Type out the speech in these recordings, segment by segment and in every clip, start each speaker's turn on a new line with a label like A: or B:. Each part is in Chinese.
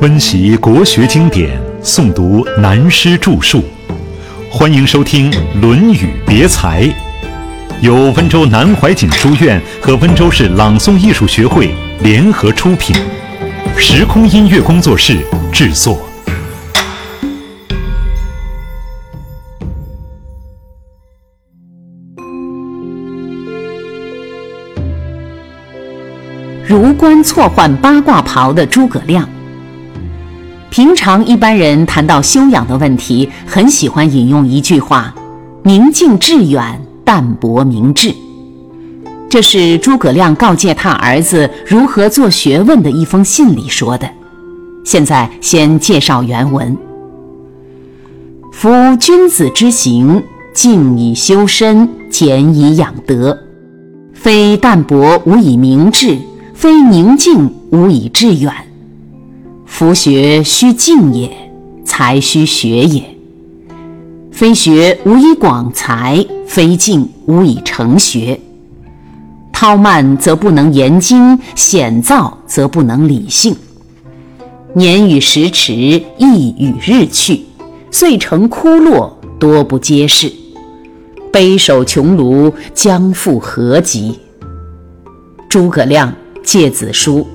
A: 温习国学经典，诵读南师著述，欢迎收听《论语别裁》，由温州南怀瑾书院和温州市朗诵艺术学会联合出品，时空音乐工作室制作。
B: 如冠错换八卦袍的诸葛亮。平常一般人谈到修养的问题，很喜欢引用一句话：明镜致远，淡泊明志。这是诸葛亮告诫他儿子如何做学问的一封信里说的。现在先介绍原文。夫君子之行，静以修身，俭以养德。非淡泊无以明志，非宁静无以致远。夫学须静也，才须学也。非学无以广才，非静无以成学。韬慢则不能言经，险躁则不能理性。年与时驰，意与日去，遂成枯落，多不接世。悲守穷庐，将复何及？诸葛亮诫子书。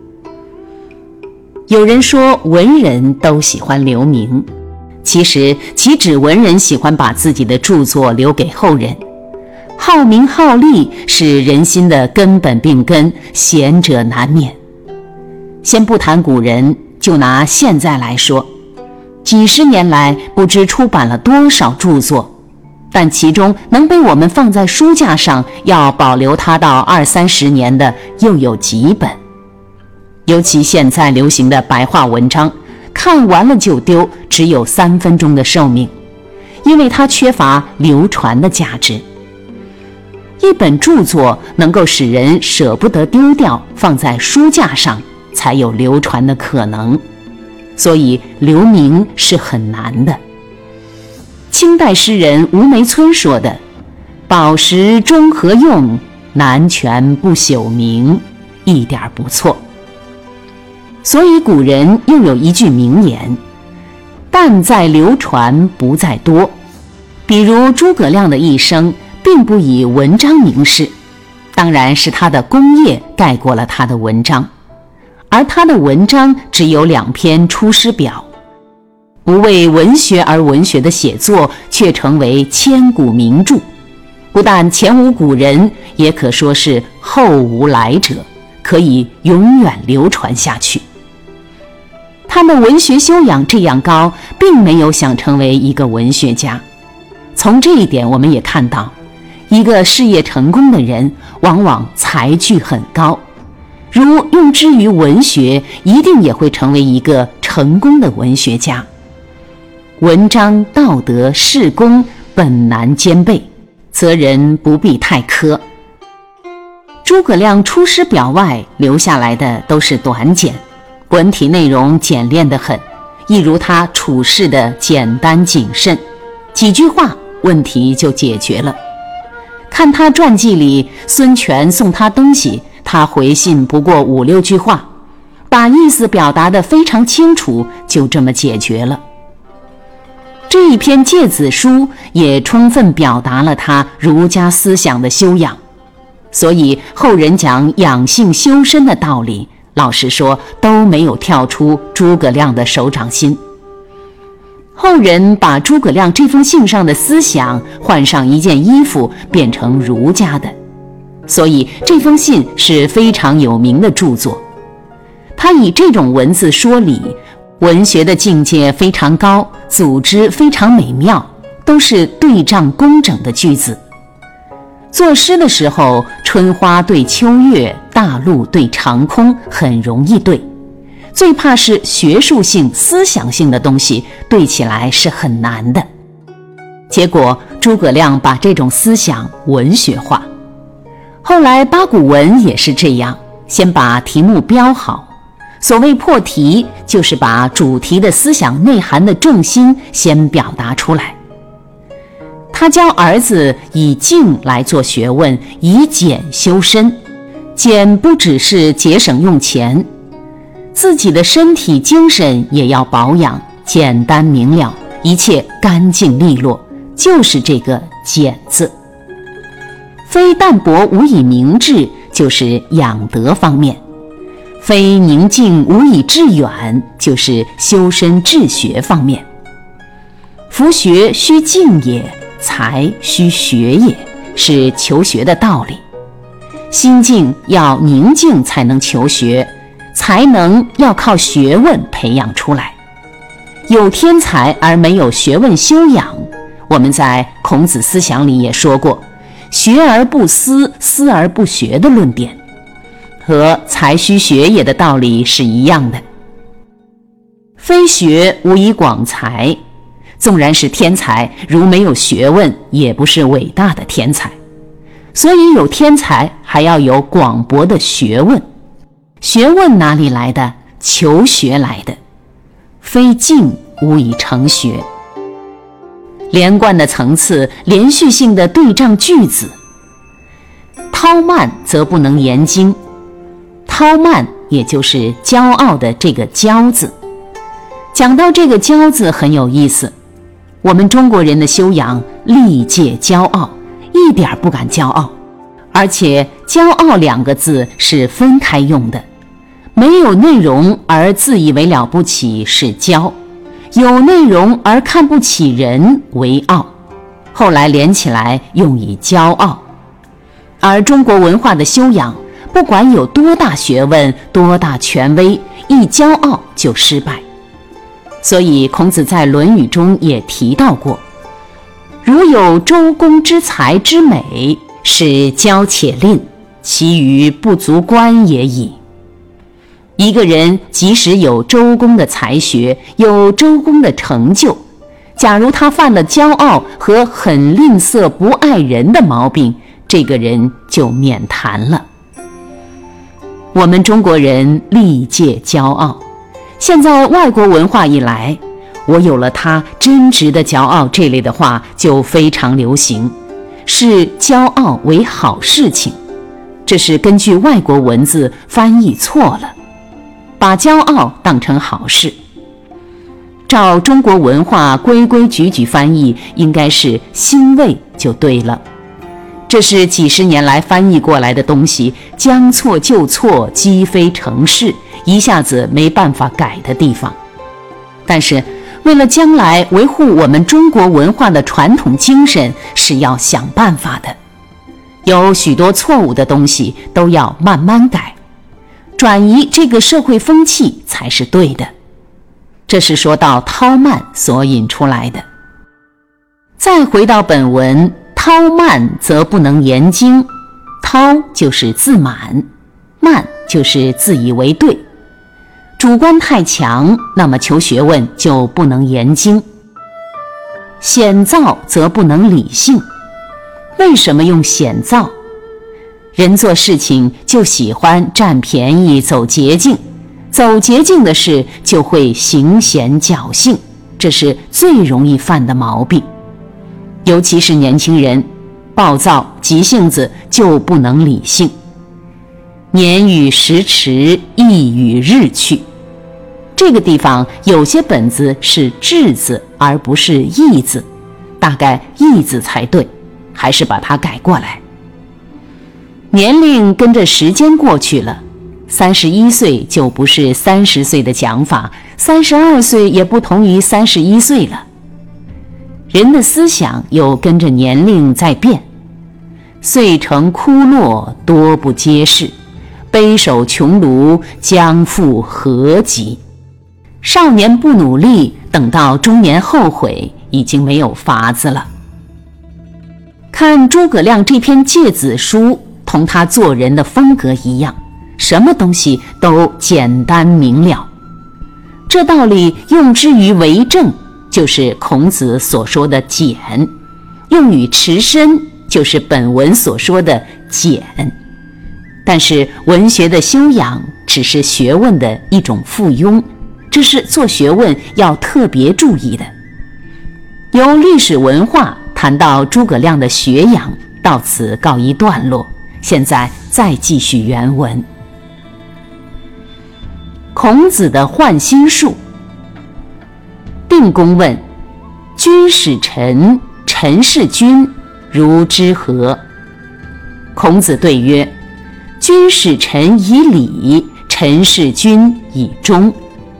B: 有人说文人都喜欢留名，其实岂止文人喜欢把自己的著作留给后人。好名好利是人心的根本病根，贤者难免。先不谈古人，就拿现在来说，几十年来不知出版了多少著作，但其中能被我们放在书架上，要保留它到20-30年的又有几本。尤其现在流行的白话文章，看完了就丢，只有3分钟的寿命，因为它缺乏流传的价值。一本著作能够使人舍不得丢掉，放在书架上，才有流传的可能，所以留名是很难的。清代诗人吴梅村说的：宝石终何用，南泉不朽名，一点不错。所以古人又有一句名言：但在流传，不在多。比如诸葛亮的一生并不以文章名世，当然是他的功业盖过了他的文章，而他的文章只有2篇《出师表》，不为文学而文学的写作却成为千古名著，不但前无古人，也可说是后无来者，可以永远流传下去。他的文学修养这样高，并没有想成为一个文学家。从这一点我们也看到，一个事业成功的人往往才具很高，如用之于文学，一定也会成为一个成功的文学家。文章、道德、事功本难兼备，则人不必太苛。诸葛亮《出师表》外留下来的都是短简，文体内容简练得很，一如他处事的简单谨慎，几句话问题就解决了。看他传记里，孙权送他东西，他回信不过5-6句话，把意思表达得非常清楚，就这么解决了。这一篇诫子书也充分表达了他儒家思想的修养，所以后人讲养性修身的道理，老实说都没有跳出诸葛亮的手掌心。后人把诸葛亮这封信上的思想换上一件衣服，变成儒家的，所以这封信是非常有名的著作。他以这种文字说理，文学的境界非常高，组织非常美妙，都是对仗工整的句子。作诗的时候，春花对秋月，大陆对长空，很容易对。最怕是学术性、思想性的东西，对起来是很难的。结果诸葛亮把这种思想文学化。后来八股文也是这样，先把题目标好。所谓破题，就是把主题的思想内涵的重心先表达出来。他教儿子以静来做学问，以俭修身。俭不只是节省用钱， 自己的身体精神也要保养，简单明了，一切干净利落，就是这个简字。非淡泊无以明志，就是养德方面；非宁静无以致远，就是修身治学方面。夫学须静也，才须学也，是求学的道理。心静要宁静才能求学，才能要靠学问培养出来。有天才而没有学问修养，我们在孔子思想里也说过，学而不思，思而不学的论点，和才须学也的道理是一样的。非学无以广才，纵然是天才，如没有学问，也不是伟大的天才。所以有天才，还要有广博的学问。学问哪里来的？求学来的。非静无以成学。连贯的层次，连续性的对仗句子。韬慢则不能言经。韬慢也就是骄傲的这个骄字。讲到这个骄字很有意思，我们中国人的修养历届骄傲，一点不敢骄傲，而且骄傲2个字是分开用的。没有内容而自以为了不起是骄，有内容而看不起人为傲，后来连起来用以骄傲。而中国文化的修养，不管有多大学问，多大权威，一骄傲就失败。所以孔子在《论语》中也提到过，如有周公之才之美，是骄且吝，其余不足观也已。一个人即使有周公的才学，有周公的成就，假如他犯了骄傲和很吝啬不爱人的毛病，这个人就免谈了。我们中国人历届骄傲，现在外国文化一来，我有了他真值得骄傲这类的话就非常流行，视骄傲为好事情。这是根据外国文字翻译错了，把骄傲当成好事。照中国文化规规矩矩翻译，应该是欣慰就对了。这是几十年来翻译过来的东西，将错就错，积非成是，一下子没办法改的地方。但是为了将来维护我们中国文化的传统精神，是要想办法的。有许多错误的东西都要慢慢改，转移这个社会风气才是对的。这是说到韬慢所引出来的。再回到本文，韬慢则不能言经。韬就是自满，慢就是自以为对。主观太强，那么求学问就不能言经。险躁则不能理性。为什么用险躁？人做事情就喜欢占便宜，走捷径，走捷径的事就会行险侥幸，这是最容易犯的毛病。尤其是年轻人，暴躁急性子就不能理性。年与时迟，意与日去。这个地方有些本子是智字而不是义字，大概义字才对，还是把它改过来。年龄跟着时间过去了，31岁就不是30岁的讲法，32岁也不同于31岁了。人的思想又跟着年龄在变，岁成枯落，多不接世，杯首穷庐，将复何及？少年不努力，等到中年后悔，已经没有法子了。看诸葛亮这篇诫子书，同他做人的风格一样，什么东西都简单明了。这道理用之于为政，就是孔子所说的简；用于持身，就是本文所说的简。但是文学的修养只是学问的一种附庸，这是做学问要特别注意的。由历史文化谈到诸葛亮的学养，到此告一段落。现在再继续原文。 孔子的换心术。定公问：君使臣，臣事君，如之何？孔子对曰：君使臣以礼，臣事君以忠。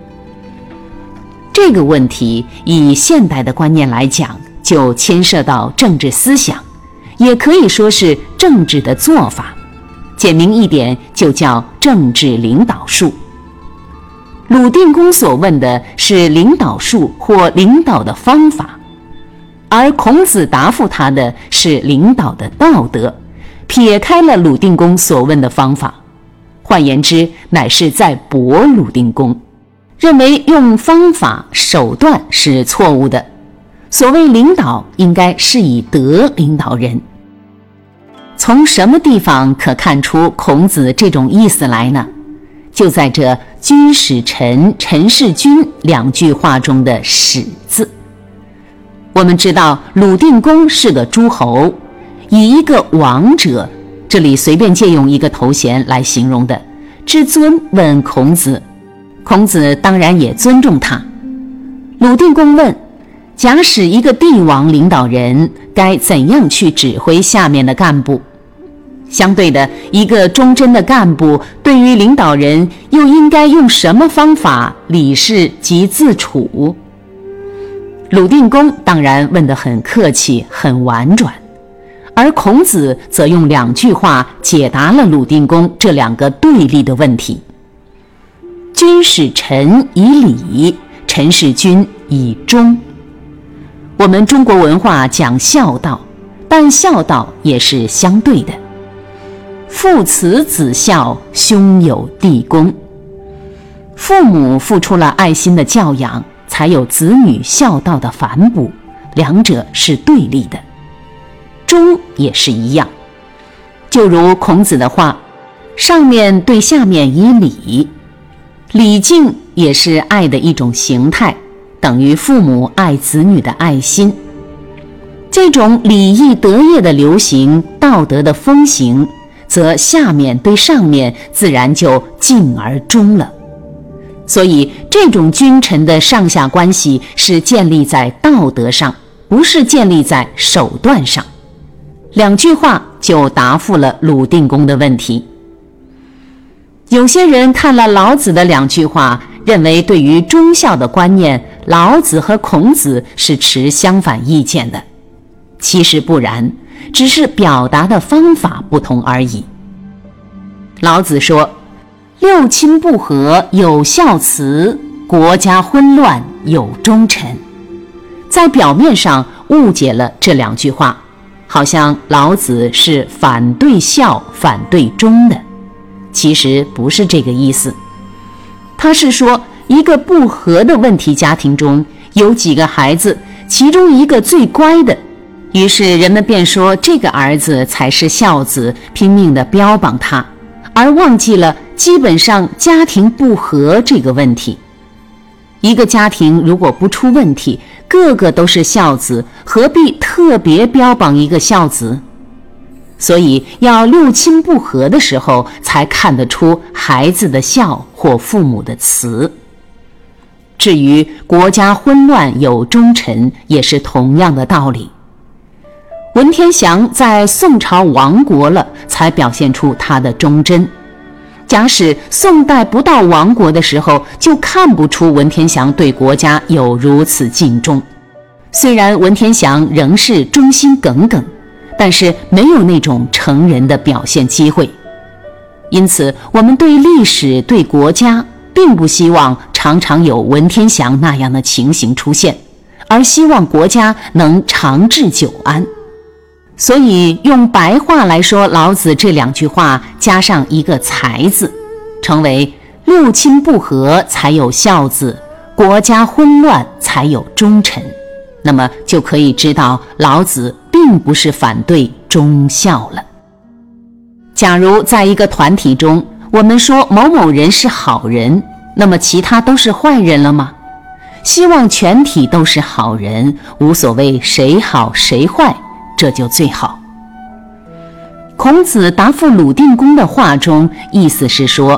B: 这个问题以现代的观念来讲，就牵涉到政治思想，也可以说是政治的做法，简明一点就叫政治领导术。鲁定公所问的是领导术或领导的方法，而孔子答复他的是领导的道德，撇开了鲁定公所问的方法，换言之，乃是在驳鲁定公，认为用方法手段是错误的。所谓领导，应该是以德领导人。从什么地方可看出孔子这种意思来呢？就在这君使臣，臣事君两句话中的使字。我们知道鲁定公是个诸侯，以一个王者，这里随便借用一个头衔来形容的，之尊问孔子，孔子当然也尊重他。鲁定公问：假使一个帝王领导人，该怎样去指挥下面的干部？相对的，一个忠贞的干部对于领导人又应该用什么方法理事及自处？鲁定公当然问得很客气，很婉转，而孔子则用两句话解答了鲁定公这两个对立的问题。君使臣以礼，臣事君以忠。我们中国文化讲孝道，但孝道也是相对的。父慈子孝，兄友弟恭。父母付出了爱心的教养，才有子女孝道的反哺，两者是对立的。忠也是一样，就如孔子的话，上面对下面以礼，礼敬也是爱的一种形态，等于父母爱子女的爱心。这种礼义德业的流行，道德的风行，则下面对上面自然就敬而忠了。所以这种君臣的上下关系是建立在道德上，不是建立在手段上。两句话就答复了鲁定公的问题。有些人看了老子的两句话，认为对于忠孝的观念，老子和孔子是持相反意见的。其实不然，只是表达的方法不同而已。老子说：六亲不和有孝慈，国家混乱有忠臣。在表面上误解了这两句话，好像老子是反对孝反对忠的，其实不是这个意思。他是说，一个不和的问题家庭中有几个孩子，其中一个最乖的，于是人们便说这个儿子才是孝子，拼命地标榜他，而忘记了基本上家庭不和这个问题。一个家庭如果不出问题，个个都是孝子，何必特别标榜一个孝子？所以要六亲不和的时候，才看得出孩子的孝或父母的慈。至于国家混乱有忠臣，也是同样的道理。文天祥在宋朝亡国了，才表现出他的忠贞。假使宋代不到亡国的时候，就看不出文天祥对国家有如此尽忠。虽然文天祥仍是忠心耿耿，但是没有那种成人的表现机会。因此，我们对历史对国家并不希望常常有文天祥那样的情形出现，而希望国家能长治久安。所以用白话来说，老子这两句话加上一个才字，成为六亲不和才有孝子，国家混乱才有忠臣。那么就可以知道老子并不是反对忠孝了。假如在一个团体中，我们说某某人是好人，那么其他都是坏人了吗？希望全体都是好人，无所谓谁好谁坏，这就最好。孔子答复鲁定公的话中，意思是说，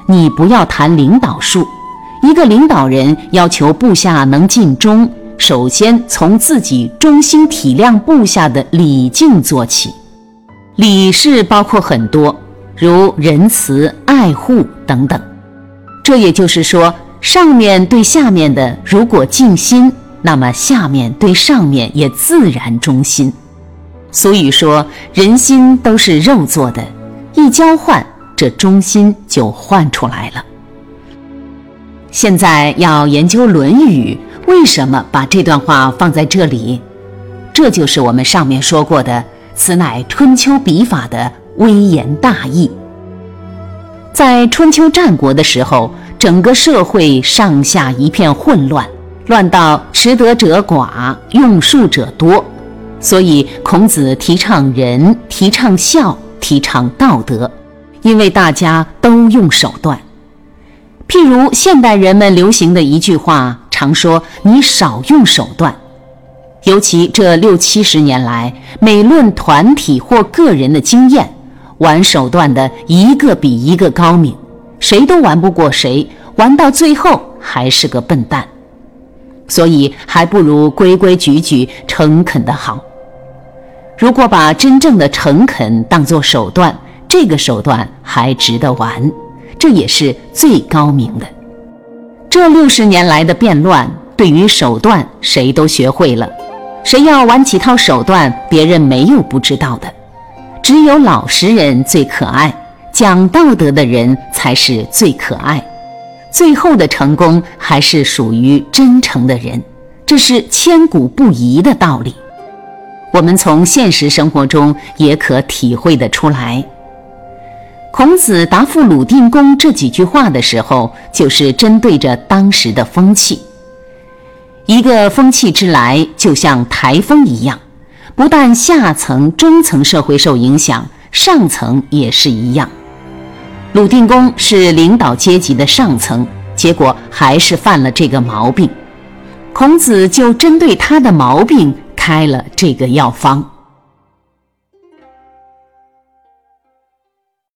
B: 你不要谈领导术。一个领导人要求部下能尽忠，首先从自己忠心体谅部下的礼敬做起。礼是包括很多，如仁慈、爱护等等。这也就是说，上面对下面的如果尽心，那么下面对上面也自然忠心。所以说，人心都是肉做的，一交换，这忠心就换出来了。现在要研究《论语》，为什么把这段话放在这里？这就是我们上面说过的，此乃春秋笔法的微言大义。在春秋战国的时候，整个社会上下一片混乱，乱到识得者寡，用术者多。所以孔子提倡仁，提倡孝，提倡道德，因为大家都用手段。譬如现代人们流行的一句话，常说你少用手段。尤其这60、70年来，每论团体或个人的经验，玩手段的一个比一个高明，谁都玩不过谁，玩到最后还是个笨蛋。所以还不如规规矩矩、诚恳的好。如果把真正的诚恳当作手段，这个手段还值得玩，这也是最高明的。这60年来的变乱，对于手段谁都学会了，谁要玩几套手段，别人没有不知道的。只有老实人最可爱，讲道德的人才是最可爱。最后的成功还是属于真诚的人，这是千古不移的道理。我们从现实生活中也可体会得出来。孔子答复鲁定公这几句话的时候，就是针对着当时的风气。一个风气之来，就像台风一样，不但下层、中层社会受影响，上层也是一样。鲁定公是领导阶级的上层，结果还是犯了这个毛病。孔子就针对他的毛病开了这个药方。